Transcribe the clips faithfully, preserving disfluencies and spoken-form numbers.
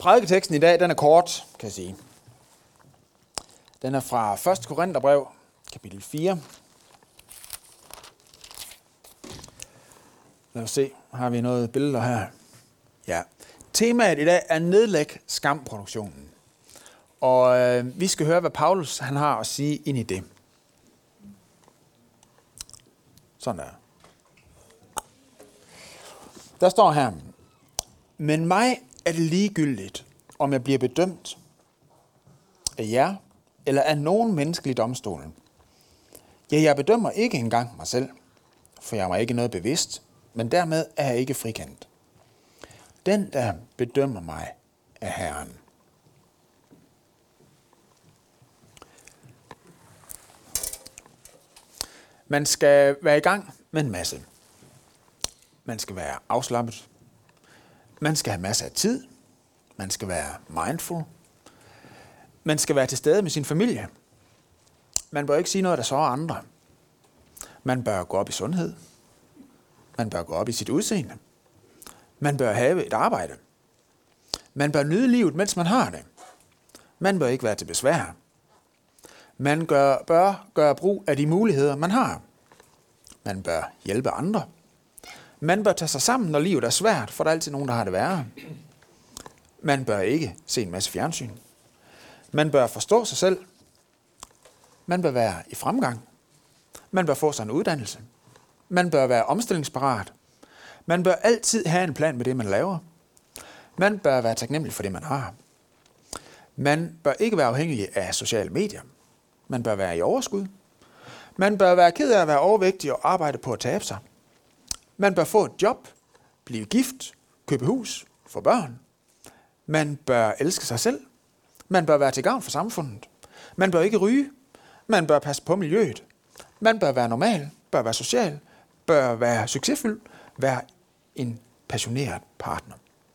Prædiketeksten i dag, den er kort, kan jeg sige. Den er fra første Korintherbrev, kapitel fire. Lad os se, har vi noget billeder her? Ja. Temaet i dag er nedlæg skamproduktionen. Og øh, vi skal høre, hvad Paulus han har at sige ind i det. Sådan der. Der står her: Men mig er det ligegyldigt, om jeg bliver bedømt af jer, eller af nogen menneskelig domstol. Ja, jeg bedømmer ikke engang mig selv, for jeg er mig ikke noget bevidst, men dermed er jeg ikke frikendt. Den, der bedømmer mig, er Herren. Man skal være i gang med en masse. Man skal være afslappet. Man skal have masser af tid. Man skal være mindful. Man skal være til stede med sin familie. Man bør ikke sige noget, der sårer andre. Man bør gå op i sundhed. Man bør gå op i sit udseende. Man bør have et arbejde. Man bør nyde livet, mens man har det. Man bør ikke være til besvær. Man gør, bør gøre brug af de muligheder, man har. Man bør hjælpe andre. Man bør tage sig sammen, når livet er svært, for der er altid nogen, der har det værre. Man bør ikke se en masse fjernsyn. Man bør forstå sig selv. Man bør være i fremgang. Man bør få sig en uddannelse. Man bør være omstillingsparat. Man bør altid have en plan med det, man laver. Man bør være taknemmelig for det, man har. Man bør ikke være afhængig af sociale medier. Man bør være i overskud. Man bør være ked af at være overvægtig og arbejde på at tabe sig. Man bør få et job, blive gift, købe hus, få børn. Man bør elske sig selv. Man bør være til gavn for samfundet. Man bør ikke ryge. Man bør passe på miljøet. Man bør være normal, bør være social, bør være succesfuld, være en passioneret partner.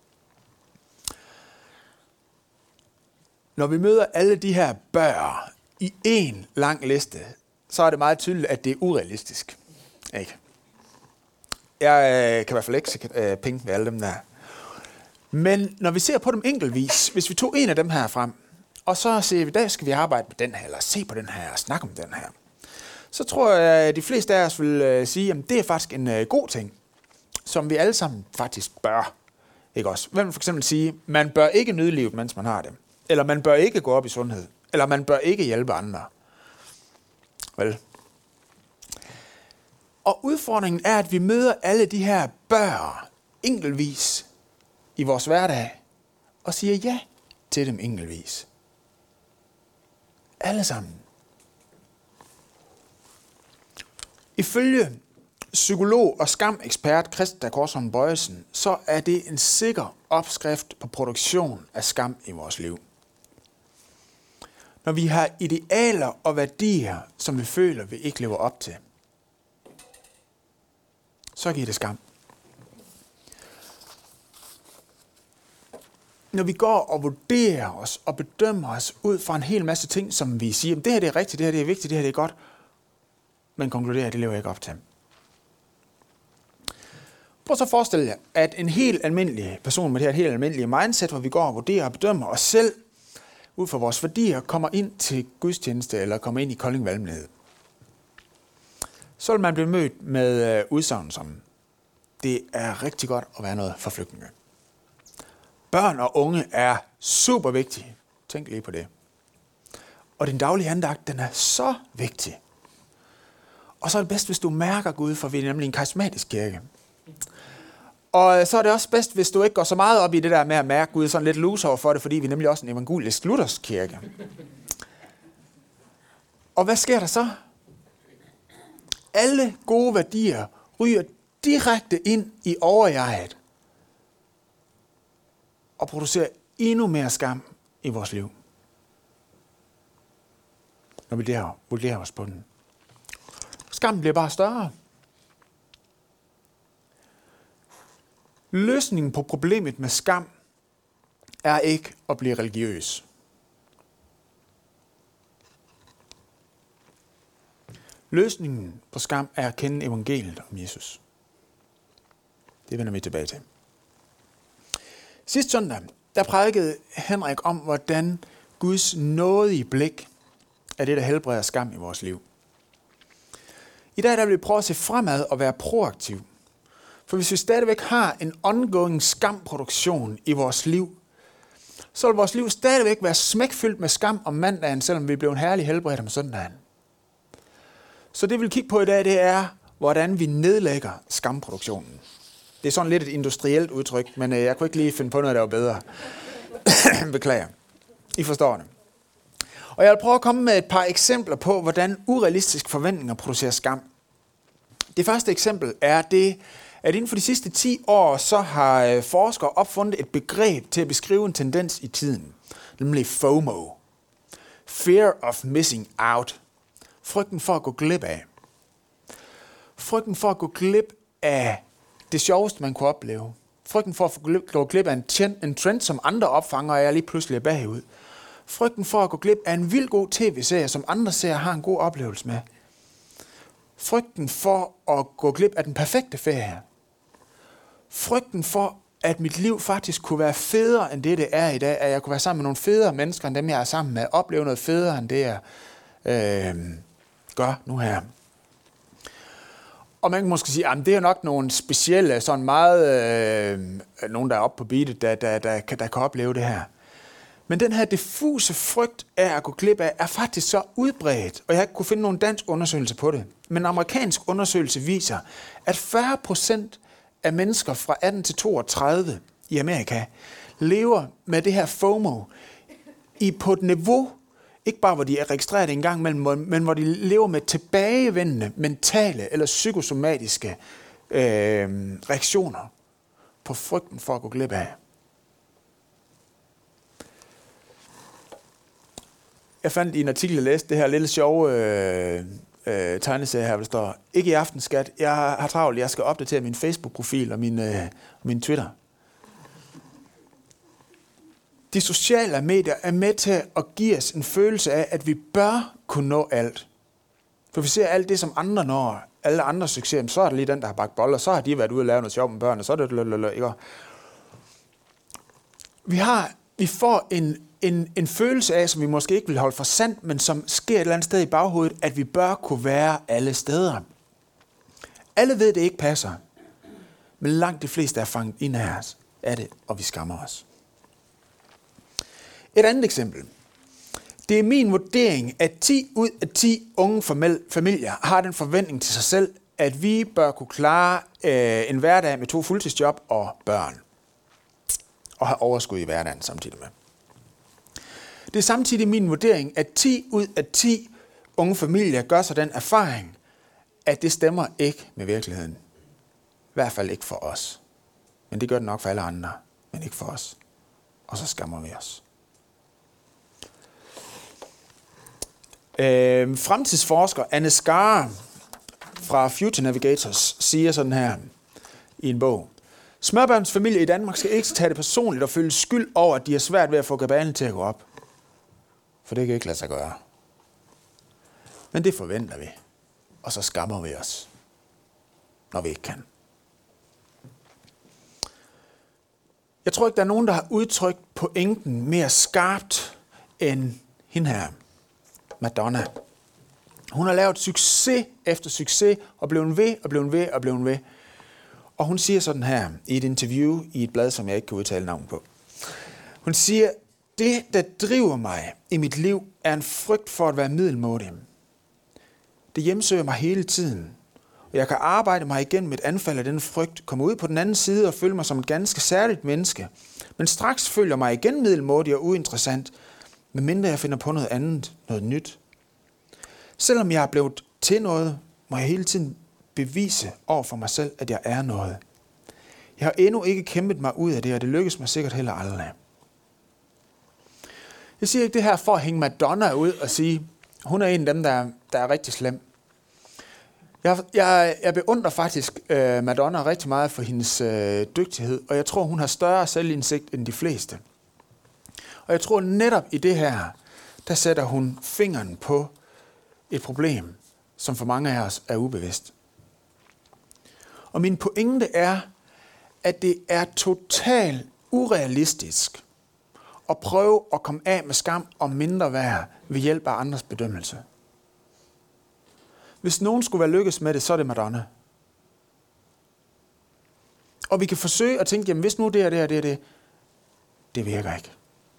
Når vi møder alle de her bør i en lang liste, så er det meget tydeligt, at det er urealistisk. Ikke? Jeg øh, kan i hvert fald ikke øh, penge ved alle dem der. Men når vi ser på dem enkeltvis, hvis vi tog en af dem her frem, og så siger vi, der skal vi arbejde med den her, eller se på den her, og snakke om den her, så tror jeg, at de fleste af os vil øh, sige, at det er faktisk en øh, god ting, som vi alle sammen faktisk bør. Ikke også? Hvem vil for eksempel sige, man bør ikke nyde livet, mens man har det, eller man bør ikke gå op i sundhed, eller man bør ikke hjælpe andre. Vel? Og udfordringen er, at vi møder alle de her bør enkeltvis i vores hverdag, og siger ja til dem enkeltvis. Alle sammen. Ifølge psykolog og skamekspert Christa Korsholm Bøjesen, så er det en sikker opskrift på produktion af skam i vores liv. Når vi har idealer og værdier, som vi føler, vi ikke lever op til, så giver det skam. Når vi går og vurderer os og bedømmer os ud fra en hel masse ting, som vi siger, det her det er rigtigt, det her det er vigtigt, det her det er godt, men konkluderer, at det lever jeg ikke op til. Prøv så at forestille jer, at en helt almindelig person med det her helt almindelige mindset, hvor vi går og vurderer og bedømmer os selv ud fra vores værdier, kommer ind til gudstjeneste eller kommer ind i Kolding Valgmenighed. Så vil man blive mødt med udsagn som, det er rigtig godt at være noget for flygtninge. Børn og unge er super vigtige. Tænk lige på det. Og din daglige andagt, den er så vigtig. Og så er det bedst, hvis du mærker Gud, for vi er nemlig en karismatisk kirke. Og så er det også bedst, hvis du ikke går så meget op i det der med at mærke Gud, sådan lidt loose over for det, fordi vi er nemlig også en evangelisk luthersk kirke. Og hvad sker der så? Alle gode værdier ryger direkte ind i overjeget og producerer endnu mere skam i vores liv, når vi der vurderer os på den. Skammen bliver bare større. Løsningen på problemet med skam er ikke at blive religiøs. Løsningen på skam er at kende evangeliet om Jesus. Det vender vi tilbage til. Sidste søndag, der prædikede Henrik om, hvordan Guds nådige blik er det, der helbreder skam i vores liv. I dag der vil vi prøve at se fremad og være proaktiv. For hvis vi stadigvæk har en ongoing skamproduktion i vores liv, så vil vores liv stadigvæk være smækfyldt med skam om mandagen, selvom vi bliver en herlig helbredt om søndagen. Så det vi vil kigge på i dag, det er, hvordan vi nedlægger skamproduktionen. Det er sådan lidt et industrielt udtryk, men jeg kunne ikke lige finde på noget, der var bedre. Beklager. I forstår det. Og jeg vil prøve at komme med et par eksempler på, hvordan urealistiske forventninger producerer skam. Det første eksempel er det, at inden for de sidste ti år, så har forskere opfundet et begreb til at beskrive en tendens i tiden, nemlig FOMO. Fear of missing out. Frygten for at gå glip af. Frygten for at gå glip af det sjoveste, man kunne opleve. Frygten for at gå glip af en trend, som andre opfanger, og jeg lige pludselig er bagud. Frygten for at gå glip af en vild god tv-serie, som andre ser har en god oplevelse med. Frygten for at gå glip af den perfekte ferie. Frygten for, at mit liv faktisk kunne være federe, end det det er i dag. At jeg kunne være sammen med nogle federe mennesker, end dem jeg er sammen med. Opleve noget federe, end det jeg øh, gør nu her. Og man kan måske sige, at det er nok nogle specielle, sådan meget, øh, nogen der er oppe på beatet, der, der, der, der, der kan opleve det her. Men den her diffuse frygt af at gå glip af, er faktisk så udbredt, og jeg kunne finde nogle dansk undersøgelser på det. Men en amerikansk undersøgelse viser, at fyrre procent af mennesker fra atten til toogtredive i Amerika lever med det her FOMO i på et niveau, ikke bare hvor de er registreret en gang imellem, men hvor de lever med tilbagevendende mentale eller psykosomatiske øh, reaktioner på frygten for at gå glip af. Jeg fandt i en artikel, jeg læste det her lille sjove øh, øh, tegneserie her, hvor der står, ikke i aften, skat, jeg har travlt, jeg skal opdatere min Facebook-profil og min, øh, min Twitter. De sociale medier er med til at give os en følelse af, at vi bør kunne nå alt. For vi ser alt det, som andre når, alle andre succeser, så er det lige den, der har bagt boller, så har de været ude og lave noget sjovt med børn, og så er det lø, ikke? Vi har, vi får en, en, en følelse af, som vi måske ikke vil holde for sandt, men som sker et eller andet sted i baghovedet, at vi bør kunne være alle steder. Alle ved, det ikke passer, men langt de fleste er fanget ind af os af det, og vi skammer os. Et andet eksempel. Det er min vurdering, at ti ud af ti unge familier har den forventning til sig selv, at vi bør kunne klare øh, en hverdag med to fuldtidsjob og børn. Og have overskud i hverdagen samtidig med. Det er samtidig min vurdering, at ti ud af ti unge familier gør sig den erfaring, at det stemmer ikke med virkeligheden. I hvert fald ikke for os. Men det gør det nok for alle andre, men ikke for os. Og så skammer vi os. Øh, fremtidsforsker Anne Skare fra Future Navigators siger sådan her i en bog. Smørbørnsfamilier i Danmark skal ikke tage det personligt og føle skyld over, at de har svært ved at få kabalen til at gå op. For det kan ikke lade sig gøre. Men det forventer vi. Og så skammer vi os, når vi ikke kan. Jeg tror ikke, der er nogen, der har udtrykt pointen mere skarpt end hende her. Madonna. Hun har lavet succes efter succes, og blevet ved, og blevet ved, og blevet ved. Og hun siger sådan her, i et interview i et blad, som jeg ikke kan udtale navn på. Hun siger, det, der driver mig i mit liv, er en frygt for at være middelmådig. Det hjemsøger mig hele tiden, og jeg kan arbejde mig igennem et anfald af den frygt, komme ud på den anden side og føle mig som et ganske særligt menneske, men straks føler mig igen middelmådig og uinteressant, medmindre jeg finder på noget andet, noget nyt. Selvom jeg er blevet til noget, må jeg hele tiden bevise over for mig selv, at jeg er noget. Jeg har endnu ikke kæmpet mig ud af det, og det lykkes mig sikkert heller aldrig. Jeg siger ikke det her for at hænge Madonna ud og sige, hun er en af dem, der, der er rigtig slem. Jeg, jeg, jeg beundrer faktisk øh, Madonna rigtig meget for hendes øh, dygtighed, og jeg tror, hun har større selvindsigt end de fleste. Og jeg tror netop i det her, der sætter hun fingeren på et problem, som for mange af os er ubevidst. Og min pointe er, at det er totalt urealistisk at prøve at komme af med skam og mindre værd ved hjælp af andres bedømmelse. Hvis nogen skulle være lykkes med det, så er det Madonna. Og vi kan forsøge at tænke, jamen hvis nu det er det er det er det, det virker ikke.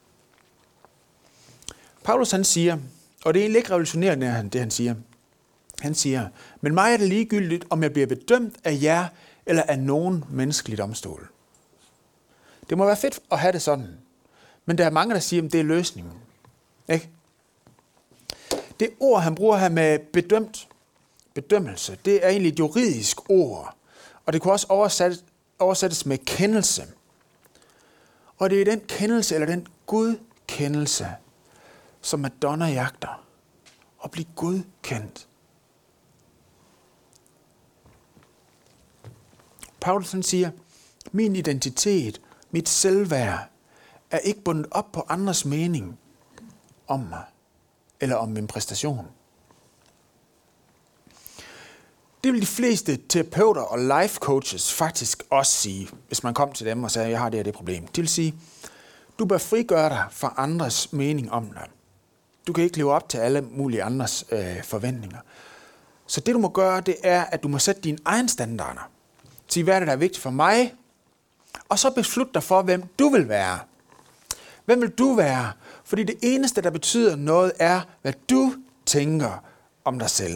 Paulus han siger, og det er egentlig ikke revolutionerende, det han siger. Han siger, men mig er det ligegyldigt, om jeg bliver bedømt af jer, eller af nogen menneskelig domstol. Det må være fedt at have det sådan. Men der er mange, der siger, at det er løsningen. Ikke? Det ord, han bruger her med bedømt, bedømmelse, det er egentlig et juridisk ord. Og det kunne også oversættes, oversættes med kendelse. Og det er den kendelse, eller den gudkendelse, som Madonna jagter. At blive gudkendt. Paulus han siger, min identitet, mit selvværd, er ikke bundet op på andres mening om mig, eller om min præstation. Det vil de fleste terapeuter og life coaches faktisk også sige, hvis man kom til dem og sagde, jeg har det her det problem. De vil sige, du bør frigøre dig fra andres mening om dig. Du kan ikke leve op til alle mulige andres øh, forventninger. Så det du må gøre, det er, at du må sætte dine egne standarder. Sige, hvad er det, der er vigtigt for mig? Og så beslut dig for, hvem du vil være. Hvem vil du være? Fordi det eneste, der betyder noget, er, hvad du tænker om dig selv.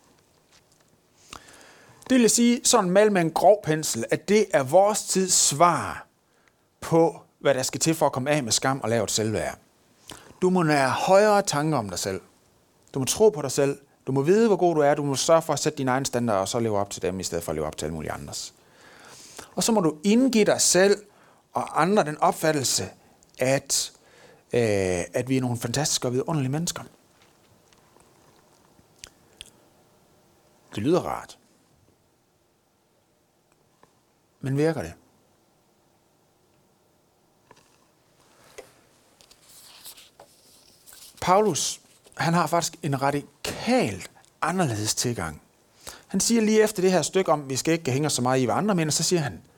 Det vil jeg sige, sådan mal med en grov pensel, at det er vores tids svar på, hvad der skal til for at komme af med skam og lave et selvværd. Du må nære højere tanker om dig selv. Du må tro på dig selv. Du må vide, hvor god du er. Du må sørge for at sætte dine egne standarder og så leve op til dem, i stedet for at leve op til alle mulige andres. Og så må du indgive dig selv og andre den opfattelse, at, øh, at vi er nogle fantastiske og vidunderlige mennesker. Det lyder rart. Men virker det? Paulus, han har faktisk en radikalt anderledes tilgang. Han siger lige efter det her stykke om, vi skal ikke hænge så meget i, hvad andre mener, så siger han,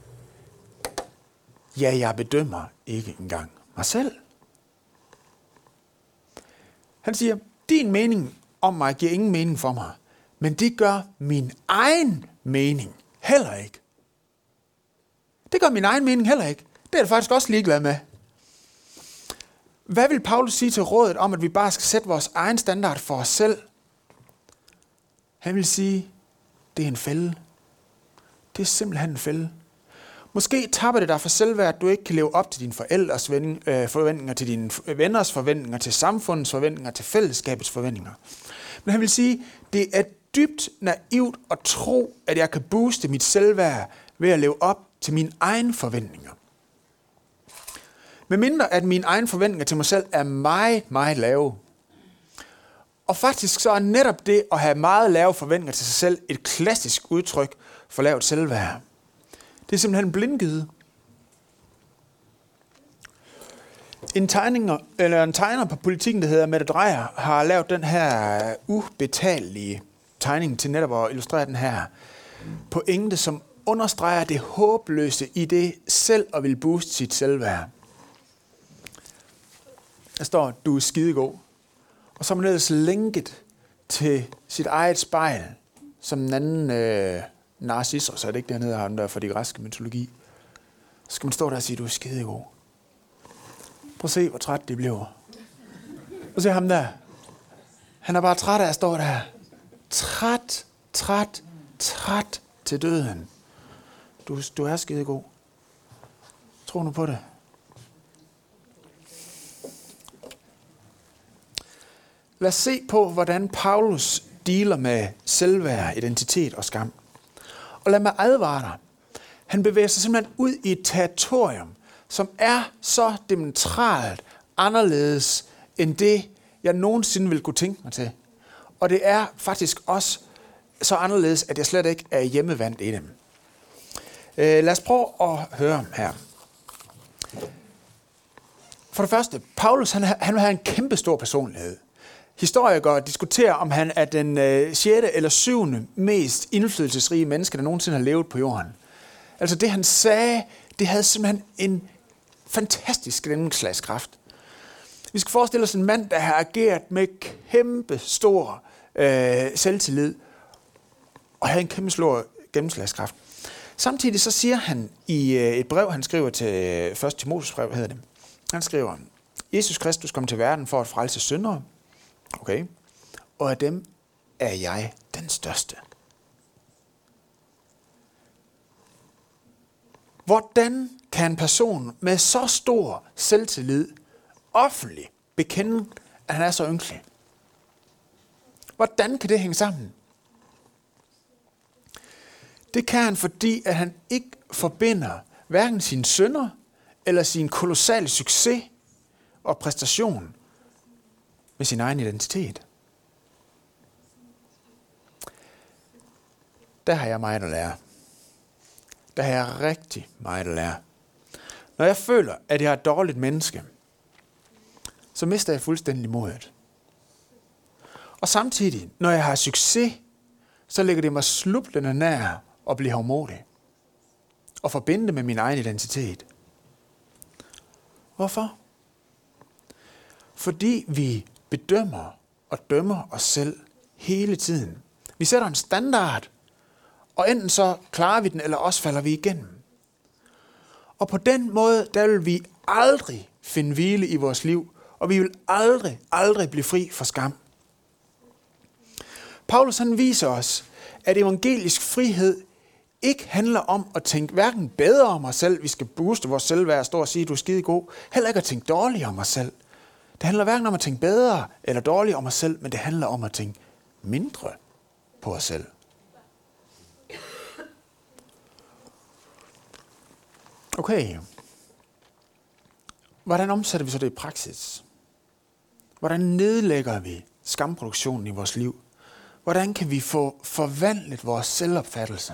ja, jeg bedømmer ikke engang mig selv. Han siger, din mening om mig giver ingen mening for mig, men det gør min egen mening heller ikke. Det gør min egen mening heller ikke. Det er jeg faktisk også ligeglad med. Hvad vil Paulus sige til rådet om, at vi bare skal sætte vores egen standard for os selv? Han vil sige, det er en fælde. Det er simpelthen en fælde. Måske tapper det dig for selvværd, at du ikke kan leve op til dine forældres forventninger, til dine venners forventninger, til samfundets forventninger, til fællesskabets forventninger. Men han vil sige, det er dybt naivt at tro, at jeg kan booste mit selvværd ved at leve op til mine egne forventninger. Med mindre at mine egne forventninger til mig selv er meget, meget lave. Og faktisk så er netop det at have meget lave forventninger til sig selv et klassisk udtryk for lavt selvværd. Det er simpelthen en blindgyde. En, tegninger, eller en tegner på Politikken, der hedder Mette Drejer, har lavet den her ubetalelige tegning til netop at illustrere den her pointe, som understreger det håbløse i det selv at vil booste sit selvværd. Der står, du er skidegod. Og så er man ellers lænket til sit eget spejl, som en anden øh, Narcissus, så er det ikke dernede ham der for de græske mytologi. Så skal man stå der og sige, du er skidegod. Prøv at se, hvor træt de bliver. Prøv at se ham der. Han er bare træt af at stå der. Træt, træt, træt til døden. Du, du er skidegod. Tro nu på det. Lad os se på, hvordan Paulus dealer med selvværd, identitet og skam. Og lad mig advare dig. Han bevæger sig simpelthen ud i et territorium, som er så diametralt anderledes end det, jeg nogensinde ville kunne tænke mig til. Og det er faktisk også så anderledes, at jeg slet ikke er hjemmevandt i dem. Øh, lad os prøve at høre her. For det første, Paulus han, han vil have en kæmpe stor personlighed. Historikere diskuterer, om han er den øh, sjette eller syvende mest indflydelsesrige menneske, der nogensinde har levet på jorden. Altså det, han sagde, det havde simpelthen en fantastisk gennemslagskraft. Vi skal forestille os en mand, der har ageret med kæmpe stor øh, selvtillid, og havde en kæmpe stor gennemslagskraft. Samtidig så siger han i øh, et brev, han skriver til første Timotheus brev, hedder det. Han skriver, Jesus Kristus kom til verden for at frelse syndere, okay, og af dem er jeg den største. Hvordan kan en person med så stor selvtillid offentligt bekende, at han er så ynkelig? Hvordan kan det hænge sammen? Det kan han, fordi at han ikke forbinder hverken sine synder eller sin kolossale succes og præstation med sin egen identitet. Der har jeg meget at lære. Der har jeg rigtig meget at lære. Når jeg føler, at jeg er et dårligt menneske, så mister jeg fuldstændig modet. Og samtidig, når jeg har succes, så ligger det mig slublende nær at blive hårdmodig og forbinde det med min egen identitet. Hvorfor? Fordi vi bedømmer og dømmer os selv hele tiden. Vi sætter en standard, og enten så klarer vi den, eller også falder vi igennem. Og på den måde, der vil vi aldrig finde hvile i vores liv, og vi vil aldrig, aldrig blive fri for skam. Paulus han viser os, at evangelisk frihed ikke handler om at tænke hverken bedre om os selv, vi skal booste vores selvværd og stå og sige, du er skide god, heller ikke at tænke dårligt om os selv. Det handler hverken om at tænke bedre eller dårligt om os selv, men det handler om at tænke mindre på os selv. Okay. Hvordan omsætter vi så det i praksis? Hvordan nedlægger vi skamproduktionen i vores liv? Hvordan kan vi få forvandlet vores selvopfattelse?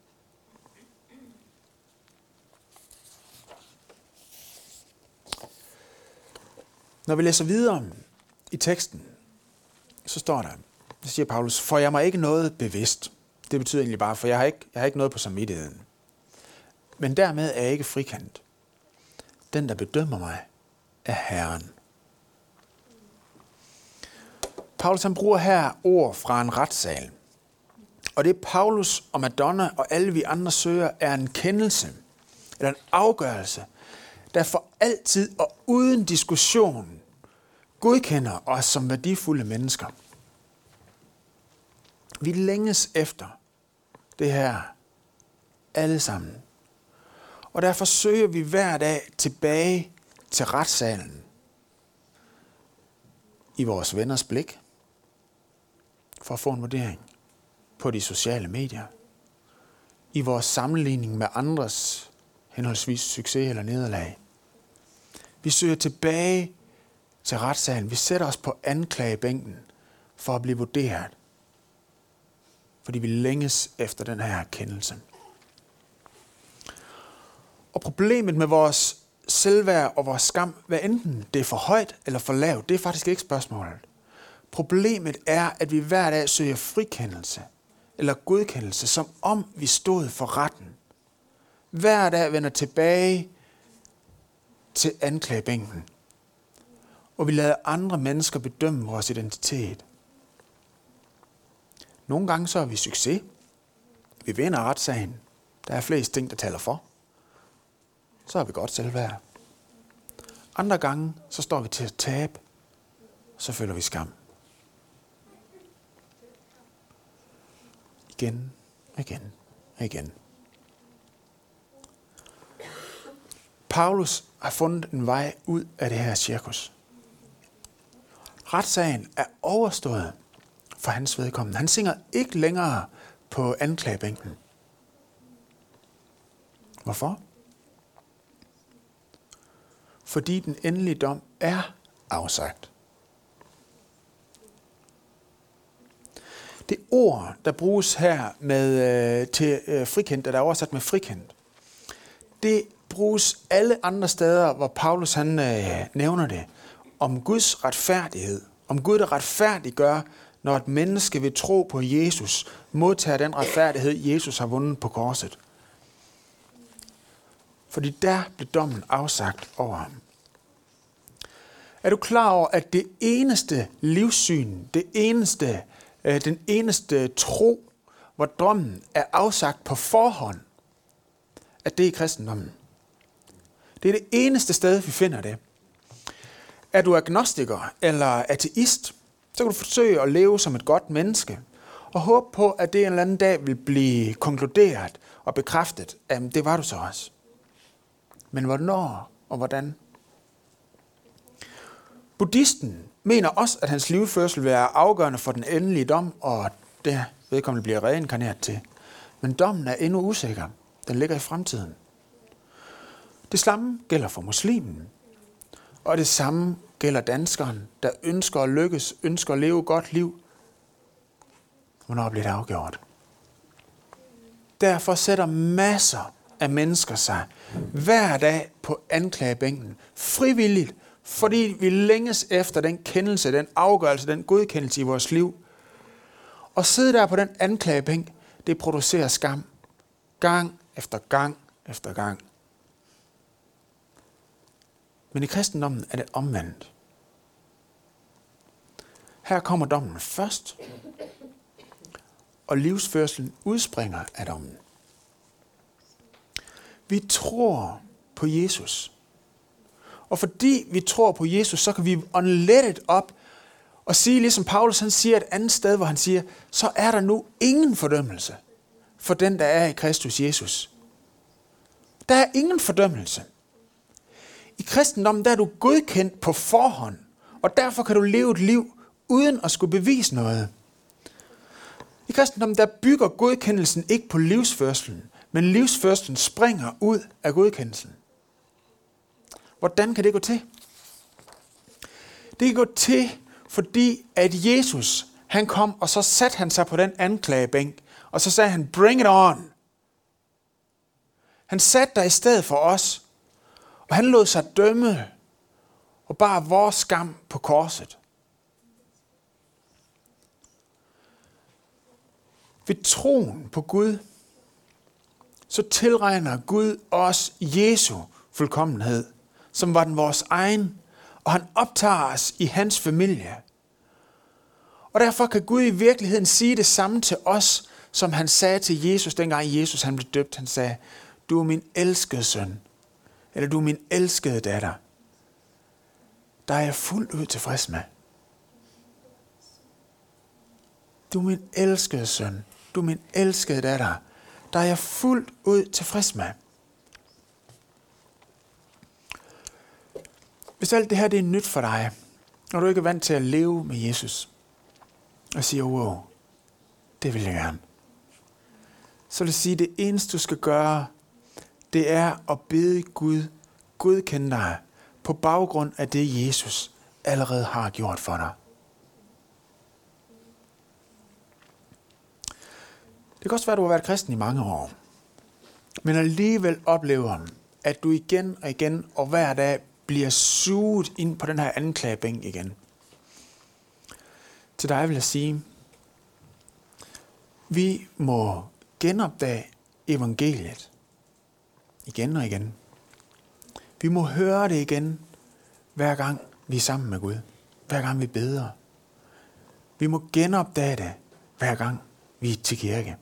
Når vi læser videre i teksten, så står der, så siger Paulus, for jeg mig ikke noget bevidst. Det betyder egentlig bare, for jeg har ikke, jeg har ikke noget på samvittigheden. Men dermed er jeg ikke frikendt. Den, der bedømmer mig, er Herren. Paulus han bruger her ord fra en retssal. Og det Paulus og Madonna og alle vi andre søger, er en kendelse, eller en afgørelse, der for altid og uden diskussion godkender os som værdifulde mennesker. Vi længes efter det her alle sammen. Og derfor søger vi hver dag tilbage til retssalen i vores venners blik for at få en vurdering på de sociale medier, i vores sammenligning med andres henholdsvis succes eller nederlag. Vi søger tilbage til retssalen. Vi sætter os på anklagebænken for at blive vurderet, fordi vi længes efter den her erkendelse. Og problemet med vores selvværd og vores skam, hvad enten det er for højt eller for lavt, det er faktisk ikke spørgsmålet. Problemet er, at vi hver dag søger frikendelse eller godkendelse, som om vi stod for retten. Hver dag vender tilbage til anklagebænken, og vi lader andre mennesker bedømme vores identitet. Nogle gange så har vi succes. Vi vinder retssagen. Der er flest ting, der taler for. Så har vi godt selvværd. Andre gange, så står vi til at tabe. Så føler vi skam. Igen, igen, igen. Paulus har fundet en vej ud af det her cirkus. Retssagen er overstået for hans vedkommende. Han synger ikke længere på anklagebænken. Hvorfor? Fordi den endelige dom er afsagt. Det ord, der bruges her med, øh, til øh, frikendt, der er oversat med frikendt, det bruges alle andre steder, hvor Paulus han øh, nævner det, om Guds retfærdighed. Om Gud, der retfærdiggør, når et menneske vil tro på Jesus, modtager den retfærdighed, Jesus har vundet på korset. Fordi der blev dommen afsagt over ham. Er du klar over, at det eneste livssyn, det eneste, øh, den eneste tro, hvor dommen er afsagt på forhånd, at det er i kristendommen? Det er det eneste sted, vi finder det. Er du agnostiker eller ateist, så kan du forsøge at leve som et godt menneske, og håbe på, at det en eller anden dag vil blive konkluderet og bekræftet, at det var du så også. Men hvornår og hvordan? Buddhisten mener også, at hans livsførsel vil være afgørende for den endelige dom, og det vedkommende bliver reinkarneret til. Men dommen er endnu usikker. Den ligger i fremtiden. Det samme gælder for muslimen. Og det samme gælder danskeren, der ønsker at lykkes, ønsker at leve et godt liv. Hvornår bliver det afgjort? Derfor sætter masser af mennesker sig hver dag på anklagebænken, frivilligt, fordi vi længes efter den kendelse, den afgørelse, den godkendelse i vores liv. Og sidde der på den anklagebænk, det producerer skam. Gang efter gang efter gang. Men i kristendommen er det omvendt. Her kommer dommen først, og livsførselen udspringer af dommen. Vi tror på Jesus. Og fordi vi tror på Jesus, så kan vi åndelettet op og sige, ligesom Paulus han siger et andet sted, hvor han siger, så er der nu ingen fordømmelse for den, der er i Kristus Jesus. Der er ingen fordømmelse. I kristendommen der er du godkendt på forhånd, og derfor kan du leve et liv uden at skulle bevise noget. I kristendommen der bygger godkendelsen ikke på livsførselen, men livsførselen springer ud af godkendelsen. Hvordan kan det gå til? Det kan gå til, fordi at Jesus, han kom, og så satte han sig på den anklagebænk, og så sagde han, bring it on. Han satte der i stedet for os, og han lod sig dømme, og bar vores skam på korset. Ved troen på Gud, så tilregner Gud os Jesu fuldkommenhed, som var den vores egen, og han optager os i hans familie. Og derfor kan Gud i virkeligheden sige det samme til os, som han sagde til Jesus, dengang Jesus han blev døbt. Han sagde, du er min elskede søn, eller du er min elskede datter. Der er jeg fuldt ud tilfreds med. Du er min elskede søn, du er min elskede datter. Der er jeg fuldt ud tilfreds med. Hvis alt det her det er nyt for dig, når du ikke er vant til at leve med Jesus, og siger, wow, det vil jeg gerne. Så vil jeg sige, at det eneste du skal gøre, det er at bede Gud godkende dig på baggrund af det, Jesus allerede har gjort for dig. Det kan også være, at du har været kristen i mange år, men alligevel oplever, at du igen og igen og hver dag bliver suget ind på den her anklagebænk igen. Til dig vil jeg sige, vi må genopdage evangeliet igen og igen. Vi må høre det igen, hver gang vi er sammen med Gud. Hver gang vi beder. Vi må genopdage det, hver gang vi er til kirke.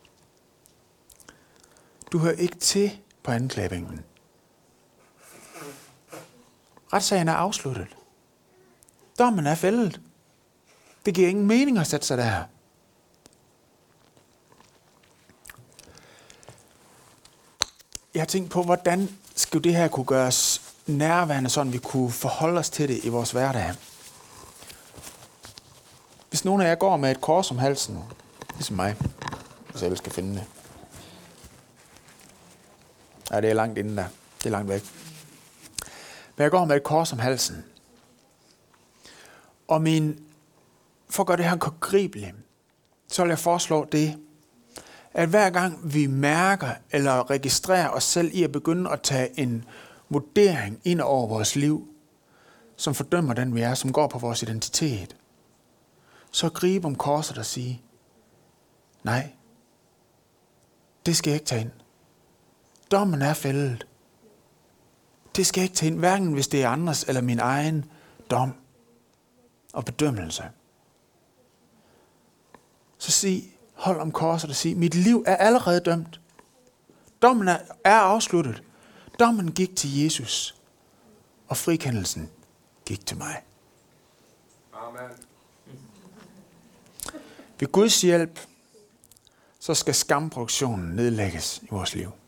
Du hører ikke til på anklagebænken. Retssagen er afsluttet. Dommen er fældet. Det giver ingen mening at sætte sig der. Jeg har tænkt på, hvordan skulle det her kunne gøres nærværende, sådan vi kunne forholde os til det i vores hverdag. Hvis nogen af jer går med et kors om halsen, ligesom mig, hvis jeg skal finde det. Ja, det er langt inden der. Det er langt væk. Men jeg går med et kors om halsen. Og min, for at gøre det her håndgribeligt, så vil jeg foreslå det, at hver gang vi mærker eller registrerer os selv i at begynde at tage en vurdering ind over vores liv, som fordømmer den vi er, som går på vores identitet, så gribe om korset og sige, nej, det skal jeg ikke tage ind. Dommen er fældet. Det skal jeg ikke tage ind, hverken hvis det er andres eller min egen dom og bedømmelse. Så sig, hold om korset og sig, mit liv er allerede dømt. Dommen er, er afsluttet. Dommen gik til Jesus, og frikendelsen gik til mig. Amen. Ved Guds hjælp, så skal skamproduktionen nedlægges i vores liv.